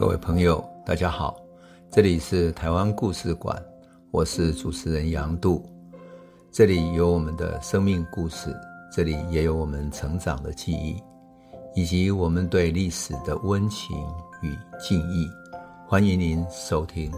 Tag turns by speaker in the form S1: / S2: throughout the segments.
S1: 各位朋友大家好，这里是台湾故事馆，我是主持人杨度。这里有我们的生命故事，这里也有我们成长的记忆，以及我们对历史的温情与敬意。欢迎您收听。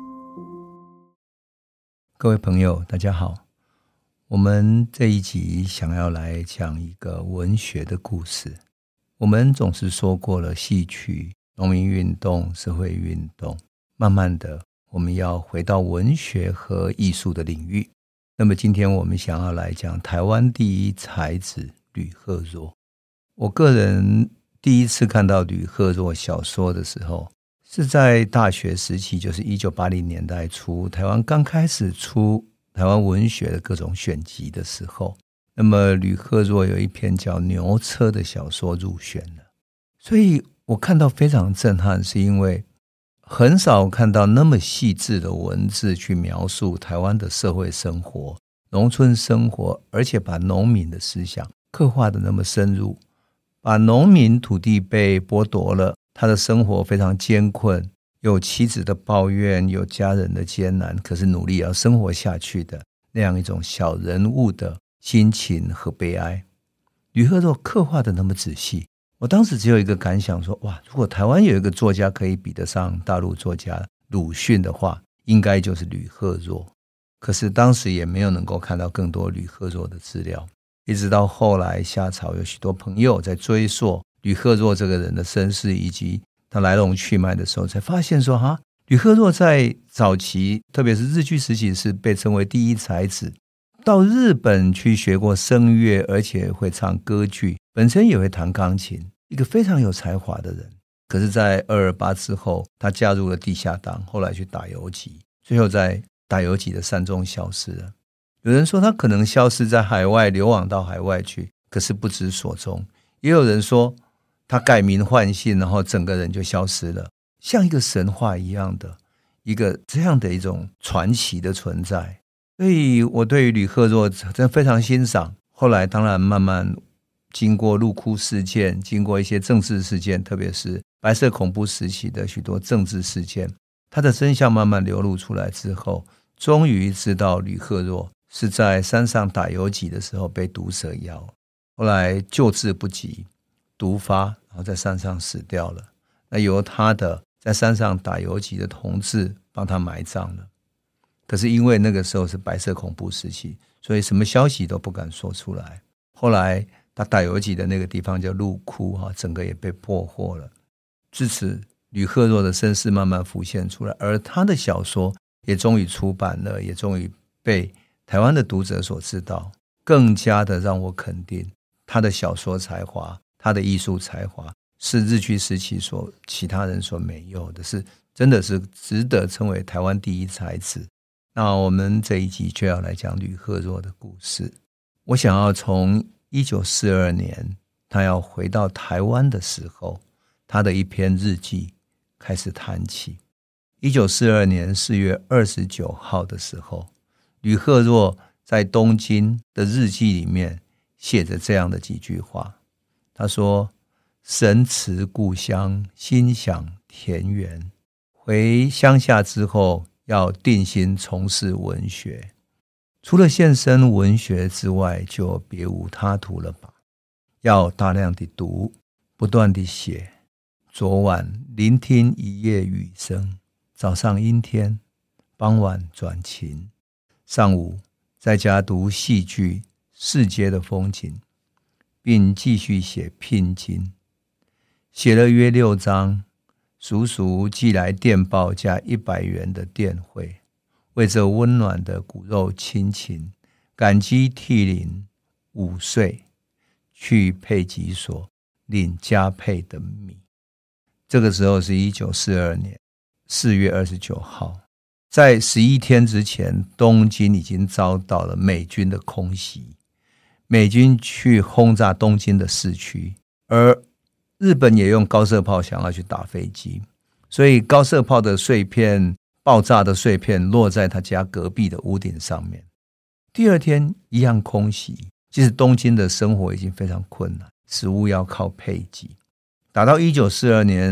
S1: 各位朋友大家好，我们这一集想要来讲一个文学的故事。我们总是说过了戏曲、农民运动、社会运动，慢慢的我们要回到文学和艺术的领域。那么今天我们想要来讲台湾第一才子吕赫若。我个人第一次看到吕赫若小说的时候，是在大学时期，就是1980年代初，台湾刚开始出台湾文学的各种选集的时候。那么吕赫若有一篇叫《牛车》的小说入选了，所以我看到非常震撼，是因为很少看到那么细致的文字去描述台湾的社会生活、农村生活，而且把农民的思想刻画得那么深入，把农民土地被剥夺了，他的生活非常艰困，有妻子的抱怨，有家人的艰难，可是努力要生活下去的那样一种小人物的心情和悲哀。吕赫若刻画得那么仔细，我当时只有一个感想说，哇，如果台湾有一个作家可以比得上大陆作家鲁迅的话，应该就是吕赫若。可是当时也没有能够看到更多吕赫若的资料，一直到后来夏草有许多朋友在追溯吕赫若这个人的身世以及他来龙去脉的时候，才发现说，吕赫若在早期，特别是日据时期，是被称为第一才子，到日本去学过声乐，而且会唱歌剧，本身也会弹钢琴，一个非常有才华的人。可是在228之后，他加入了地下党，后来去打游击，最后在打游击的山中消失了。有人说他可能消失在海外，流亡到海外去，可是不知所踪。也有人说他改名换姓，然后整个人就消失了，像一个神话一样的一个这样的一种传奇的存在。所以我对于吕赫若真的非常欣赏。后来当然慢慢经过陆窟事件，经过一些政治事件，特别是白色恐怖时期的许多政治事件，他的真相慢慢流露出来之后，终于知道吕赫若是在山上打游击的时候被毒蛇咬，后来救治不及，毒发，然后在山上死掉了。那由他的在山上打游击的同志帮他埋葬了。可是因为那个时候是白色恐怖时期，所以什么消息都不敢说出来。后来他打游击的那个地方叫陆窟，整个也被破获了。至此吕赫若的身世慢慢浮现出来，而他的小说也终于出版了，也终于被台湾的读者所知道，更加的让我肯定他的小说才华，他的艺术才华是日据时期其他人所没有的，是真的是值得称为台湾第一才子。那我们这一集就要来讲吕赫若的故事。我想要从1942年他要回到台湾的时候，他的一篇日记开始谈起。1942年4月29号的时候，吕赫若在东京的日记里面写着这样的几句话。他说，神驰故乡，心想田园，回乡下之后要定心从事文学，除了献身文学之外，就别无他途了吧。要大量的读，不断的写。昨晚聆听一夜雨声，早上阴天，傍晚转晴。上午在家读戏剧世界的风景，并继续写聘金。写了约6章，叔叔寄来电报价100元的电汇，为这温暖的骨肉亲情，感激涕零5岁，去配给所领加配的米。这个时候是1942年4月29号，在11天之前，东京已经遭到了美军的空袭，美军去轰炸东京的市区，而日本也用高射炮想要去打飞机，所以高射炮的碎片、爆炸的碎片落在他家隔壁的屋顶上面。第二天一样空袭，其实东京的生活已经非常困难，食物要靠配给。打到1942年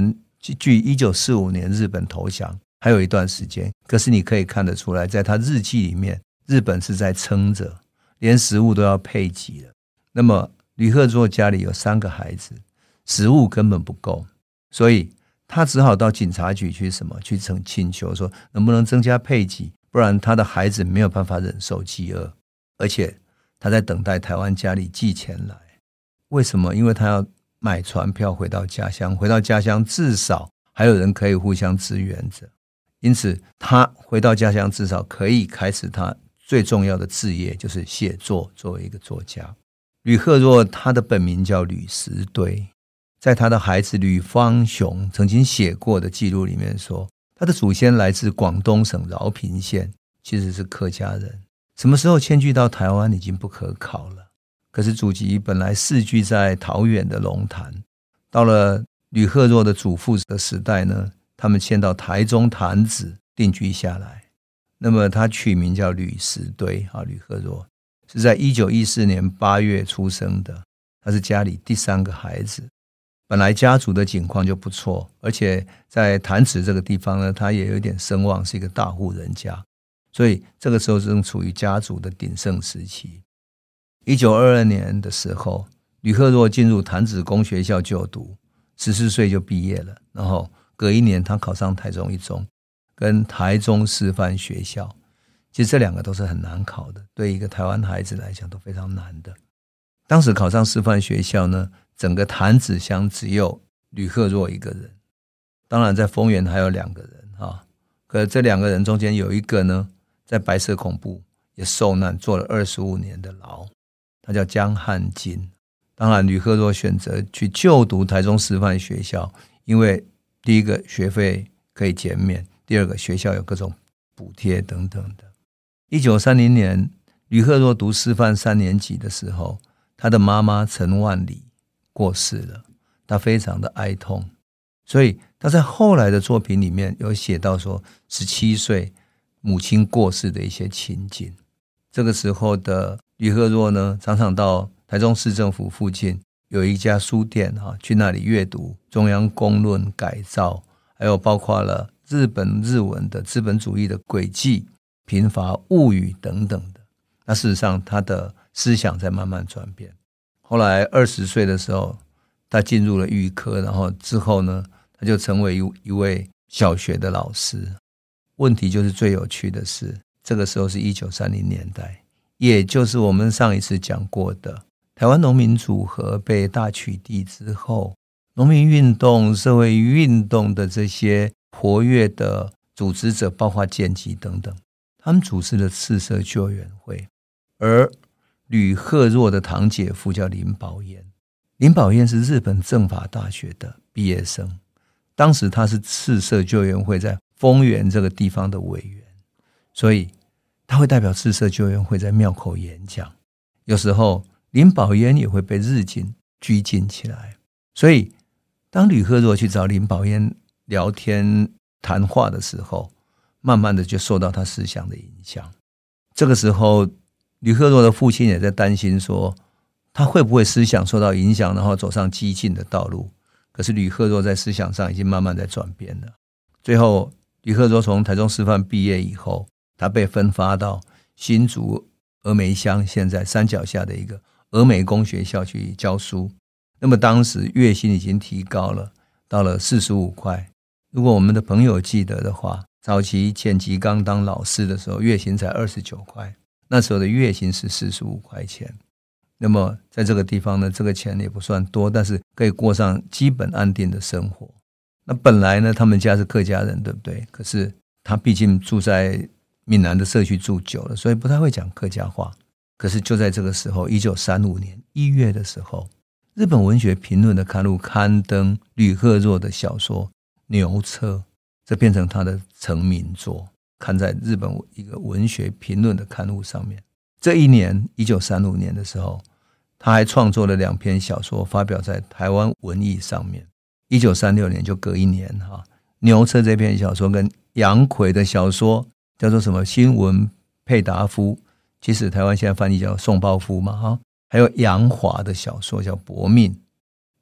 S1: 距1945年日本投降还有一段时间，可是你可以看得出来，在他日记里面，日本是在撑着，连食物都要配给了。那么吕赫若家里有3个孩子，食物根本不够，所以他只好到警察局去请求说能不能增加配给，不然他的孩子没有办法忍受饥饿。而且他在等待台湾家里寄钱来，为什么？因为他要买船票回到家乡，回到家乡至少还有人可以互相支援着，因此他回到家乡至少可以开始他最重要的志业，就是写作，作为一个作家。吕赫若他的本名叫吕石堆，在他的孩子吕方雄曾经写过的记录里面说，他的祖先来自广东省饶平县，其实是客家人，什么时候迁居到台湾已经不可考了。可是祖籍本来世居在桃园的龙潭，到了吕赫若的祖父的时代呢，他们迁到台中潭子定居下来。那么他取名叫吕石堆，吕赫若是在1914年8月出生的，他是家里第3个孩子。本来家族的境况就不错，而且在潭子这个地方呢，他也有点声望，是一个大户人家，所以这个时候正处于家族的鼎盛时期。1922年的时候，吕赫若进入潭子工学校就读，14岁就毕业了，然后隔1年他考上台中一中跟台中师范学校。其实这2个都是很难考的，对一个台湾孩子来讲都非常难的。当时考上师范学校呢，整个潭子乡只有吕赫若一个人，当然在丰原还有2个人可这2个人中间有一个呢，在白色恐怖也受难，坐了25年的牢，他叫江汉金。当然吕赫若选择去就读台中师范学校，因为第一个学费可以减免，第二个学校有各种补贴等等的。1930年吕赫若读师范3年级的时候，他的妈妈陈万里过世了，他非常的哀痛，所以他在后来的作品里面有写到说17岁母亲过世的一些情景。这个时候的吕赫若呢，常常到台中市政府附近有一家书店去那里阅读中央公论改造，还有包括了日文的资本主义的轨迹、贫乏物语等等的。那事实上他的思想在慢慢转变。后来20岁的时候，他进入了预科，然后之后呢，他就成为一位小学的老师。问题就是最有趣的是，这个时候是1930年代，也就是我们上一次讲过的台湾农民组合被大取缔之后，农民运动、社会运动的这些活跃的组织者，包括建基等等，他们组织了赤色救援会。而吕赫若的堂姐夫叫林宝燕，林宝燕是日本政法大学的毕业生，当时他是赤色救援会在丰原这个地方的委员，所以他会代表赤色救援会在庙口演讲。有时候林宝燕也会被日军拘禁起来，所以当吕赫若去找林宝燕聊天谈话的时候，慢慢的就受到他思想的影响。这个时候吕赫若的父亲也在担心说，他会不会思想受到影响，然后走上激进的道路。可是吕赫若在思想上已经慢慢在转变了。最后吕赫若从台中师范毕业以后，他被分发到新竹峨眉乡现在山脚下的一个峨眉工学校去教书。那么当时月薪已经提高了，到了45块。如果我们的朋友记得的话，早期简吉刚当老师的时候，月薪才29块，那时候的月薪是45块钱。那么在这个地方呢，这个钱也不算多，但是可以过上基本安定的生活。那本来呢，他们家是客家人，对不对？可是他毕竟住在闽南的社区住久了，所以不太会讲客家话。可是就在这个时候，1935年1月的时候，日本文学评论的刊物刊登吕赫若的小说《牛车》，这变成他的成名作，看在日本一个文学评论的刊物上面。这一年1935年的时候，他还创作了2篇小说发表在台湾文艺上面。1936年就隔1年牛车这篇小说跟杨奎的小说叫做什么新闻佩达夫，其实台湾现在翻译叫宋抱夫嘛还有杨华的小说叫搏命，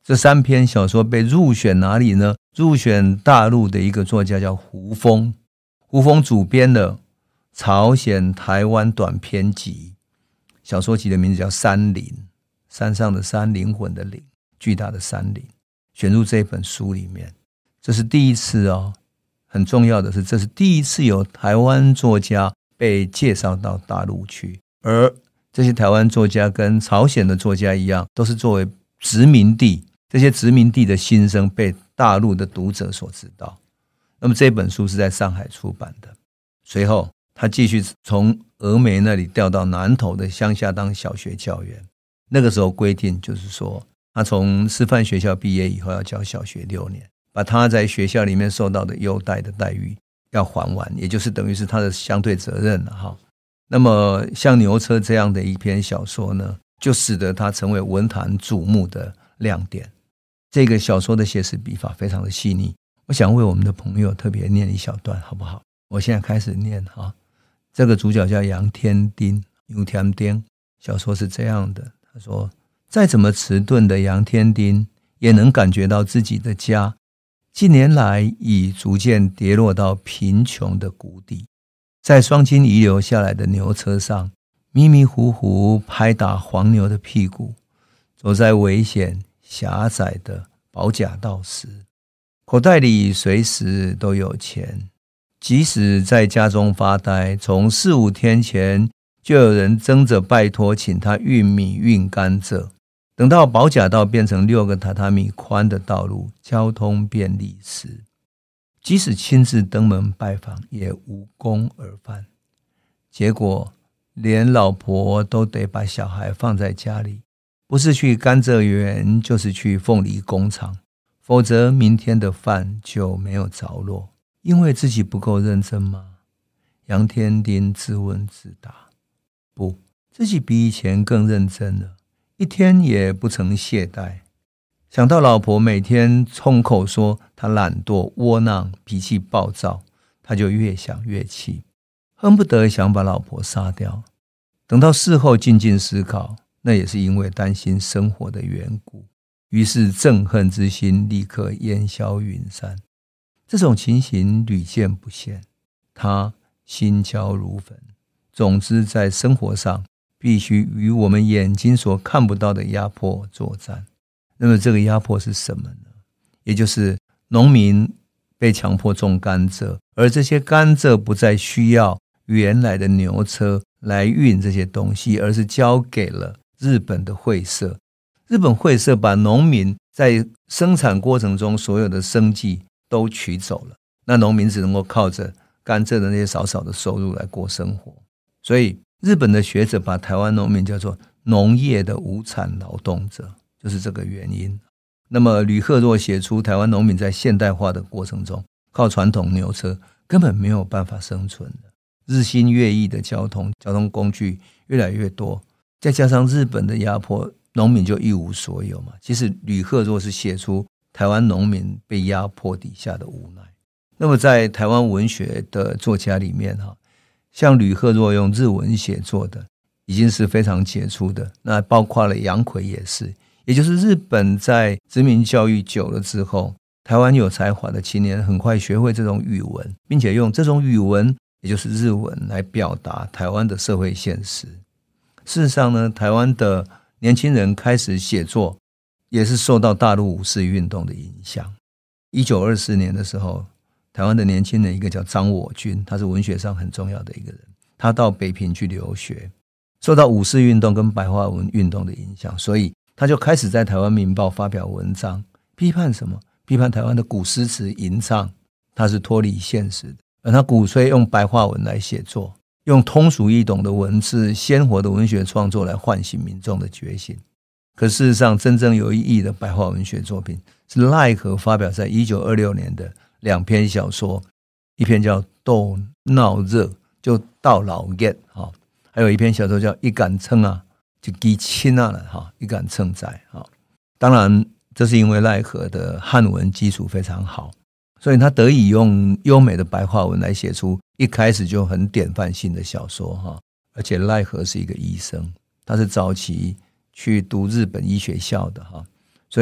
S1: 这3篇小说被入选哪里呢？入选大陆的一个作家叫胡风，胡风主编的朝鲜台湾短篇集，小说集的名字叫山林，山上的山，灵魂的灵，巨大的山林，选入这本书里面。这是第一次哦，很重要的是，这是第一次有台湾作家被介绍到大陆去，而这些台湾作家跟朝鲜的作家一样，都是作为殖民地，这些殖民地的心声被大陆的读者所知道。那么这本书是在上海出版的，随后他继续从峨眉那里调到南投的乡下当小学教员。那个时候规定就是说，他从师范学校毕业以后要教小学6年，把他在学校里面受到的优待的待遇要还完，也就是等于是他的相对责任了哈。那么像牛车这样的一篇小说呢，就使得他成为文坛瞩目的亮点。这个小说的写实笔法非常的细腻，我想为我们的朋友特别念一小段好不好？我现在开始念哈。这个主角叫杨天丁，杨天丁。小说是这样的，他说，再怎么迟钝的杨天丁也能感觉到自己的家近年来已逐渐跌落到贫穷的谷底，在双亲遗留下来的牛车上迷迷糊糊拍打黄牛的屁股，走在危险狭窄的保甲道时，口袋里随时都有钱，即使在家中发呆，从4-5天前就有人争着拜托请他运米运甘蔗。等到保甲道变成6个榻榻米宽的道路，交通便利时，即使亲自登门拜访也无功而返。结果连老婆都得把小孩放在家里，不是去甘蔗园就是去凤梨工厂，否则明天的饭就没有着落。因为自己不够认真吗？杨天丁自问自答，不，自己比以前更认真了，一天也不曾懈怠。想到老婆每天冲口说他懒惰窝囊脾气暴躁，他就越想越气，恨不得想把老婆杀掉。等到事后静静思考，那也是因为担心生活的缘故，于是憎恨之心立刻烟消云散。这种情形屡见不鲜，他心焦如焚。总之在生活上必须与我们眼睛所看不到的压迫作战。那么这个压迫是什么呢？也就是农民被强迫种甘蔗，而这些甘蔗不再需要原来的牛车来运这些东西，而是交给了日本的会社。日本会社把农民在生产过程中所有的生计都取走了，那农民只能够靠着甘蔗的那些少少的收入来过生活。所以日本的学者把台湾农民叫做农业的无产劳动者，就是这个原因。那么吕赫若写出台湾农民在现代化的过程中靠传统牛车根本没有办法生存的，日新月异的交通工具越来越多，再加上日本的压迫，农民就一无所有嘛。其实吕赫若是写出台湾农民被压迫底下的无奈。那么在台湾文学的作家里面，像吕赫若用日文写作的已经是非常杰出的，那包括了杨逵也是。也就是日本在殖民教育久了之后，台湾有才华的青年很快学会这种语文，并且用这种语文也就是日文来表达台湾的社会现实。事实上呢，台湾的年轻人开始写作也是受到大陆五四运动的影响。1924年的时候，台湾的年轻人一个叫张我军，他是文学上很重要的一个人，他到北平去留学，受到五四运动跟白话文运动的影响，所以他就开始在台湾民报发表文章，批判什么？批判台湾的古诗词吟唱，他是脱离现实的，而他鼓吹用白话文来写作，用通俗易懂的文字、鲜活的文学创作来唤醒民众的觉醒。可事实上，真正有意义的白话文学作品是赖和发表在1926年的2篇小说，一篇叫《斗闹热》，就到老热，还有一篇小说叫《一杆秤啊》，就记亲啊了，一杆秤仔。当然这是因为赖和的汉文基础非常好，所以他得以用优美的白话文来写出一开始就很典范性的小说。而且赖和是一个医生，他是早期去读日本医学校的，所以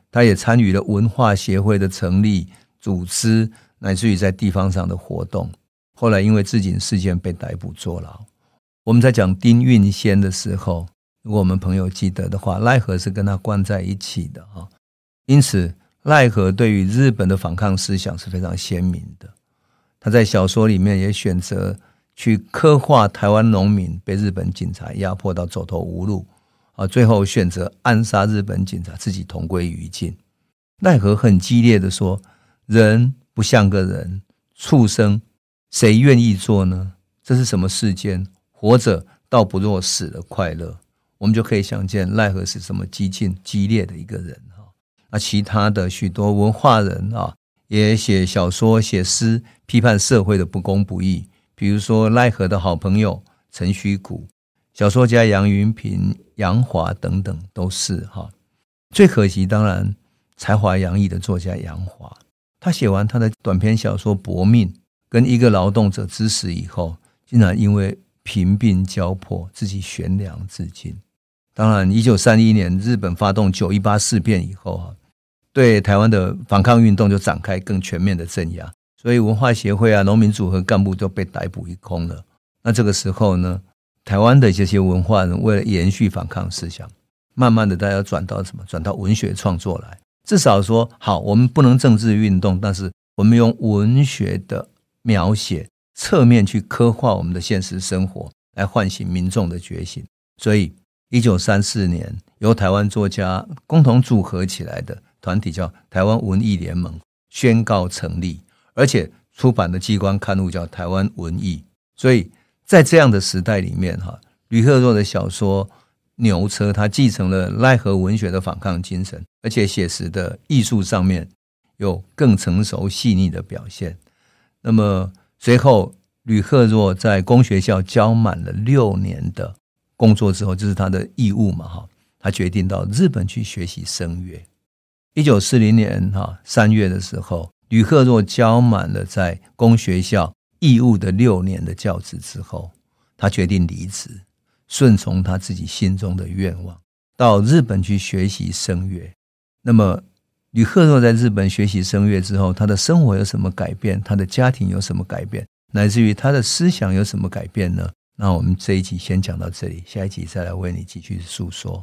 S1: 他也参与了文化协会的成立、组织，乃至于在地方上的活动。后来因为治警事件被逮捕坐牢。我们在讲丁运先的时候，如果我们朋友记得的话，赖和是跟他关在一起的。因此赖和对于日本的反抗思想是非常鲜明的。他在小说里面也选择去刻画台湾农民被日本警察压迫到走投无路，最后选择暗杀日本警察，自己同归于尽。赖和很激烈的说，人不像个人，畜生谁愿意做呢？这是什么世间？活着倒不若死了快乐。我们就可以想见赖和是什么激进激烈的一个人。其他的许多文化人也写小说写诗批判社会的不公不义，比如说赖和的好朋友陈须谷、小说家杨云平、杨华等等都是。最可惜当然才华洋溢的作家杨华，他写完他的短篇小说《搏命》跟一个劳动者之死以后，竟然因为贫病交迫自己悬梁自尽。当然1931年日本发动918事变以后，对台湾的反抗运动就展开更全面的镇压，所以文化协会农民组合干部都被逮捕一空了。那这个时候呢，台湾的这些文化人为了延续反抗思想，慢慢的大家转到什么？转到文学创作来。至少说好，我们不能政治运动，但是我们用文学的描写侧面去刻画我们的现实生活，来唤醒民众的觉醒。所以1934年由台湾作家共同组合起来的团体叫台湾文艺联盟宣告成立，而且出版的机关刊物叫台湾文艺。所以在这样的时代里面，吕赫若的小说《牛车》他继承了赖和文学的反抗精神，而且写实的艺术上面有更成熟细腻的表现。那么随后吕赫若在公学校教满了6年的工作之后，就是他的义务嘛，他决定到日本去学习声乐。1940年3月的时候，吕赫若教满了在公学校义务的6年的教职之后，他决定离职，顺从他自己心中的愿望，到日本去学习声乐。那么吕赫若在日本学习声乐之后，他的生活有什么改变？他的家庭有什么改变？乃至于他的思想有什么改变呢？那我们这一集先讲到这里，下一集再来为你继续诉说。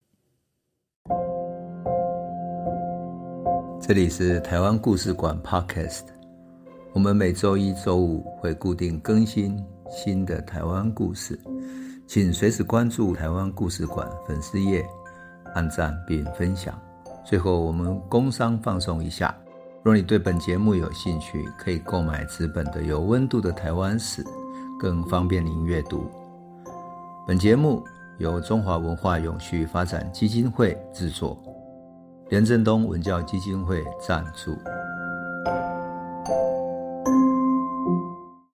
S1: 这里是台湾故事馆 Podcast， 我们每周一周五会固定更新新的台湾故事，请随时关注台湾故事馆粉丝页，按赞并分享。最后我们工商放送一下，若你对本节目有兴趣，可以购买纸本的有温度的台湾史，更方便您阅读。本节目由中华文化永续发展基金会制作，连震东文教基金会赞助。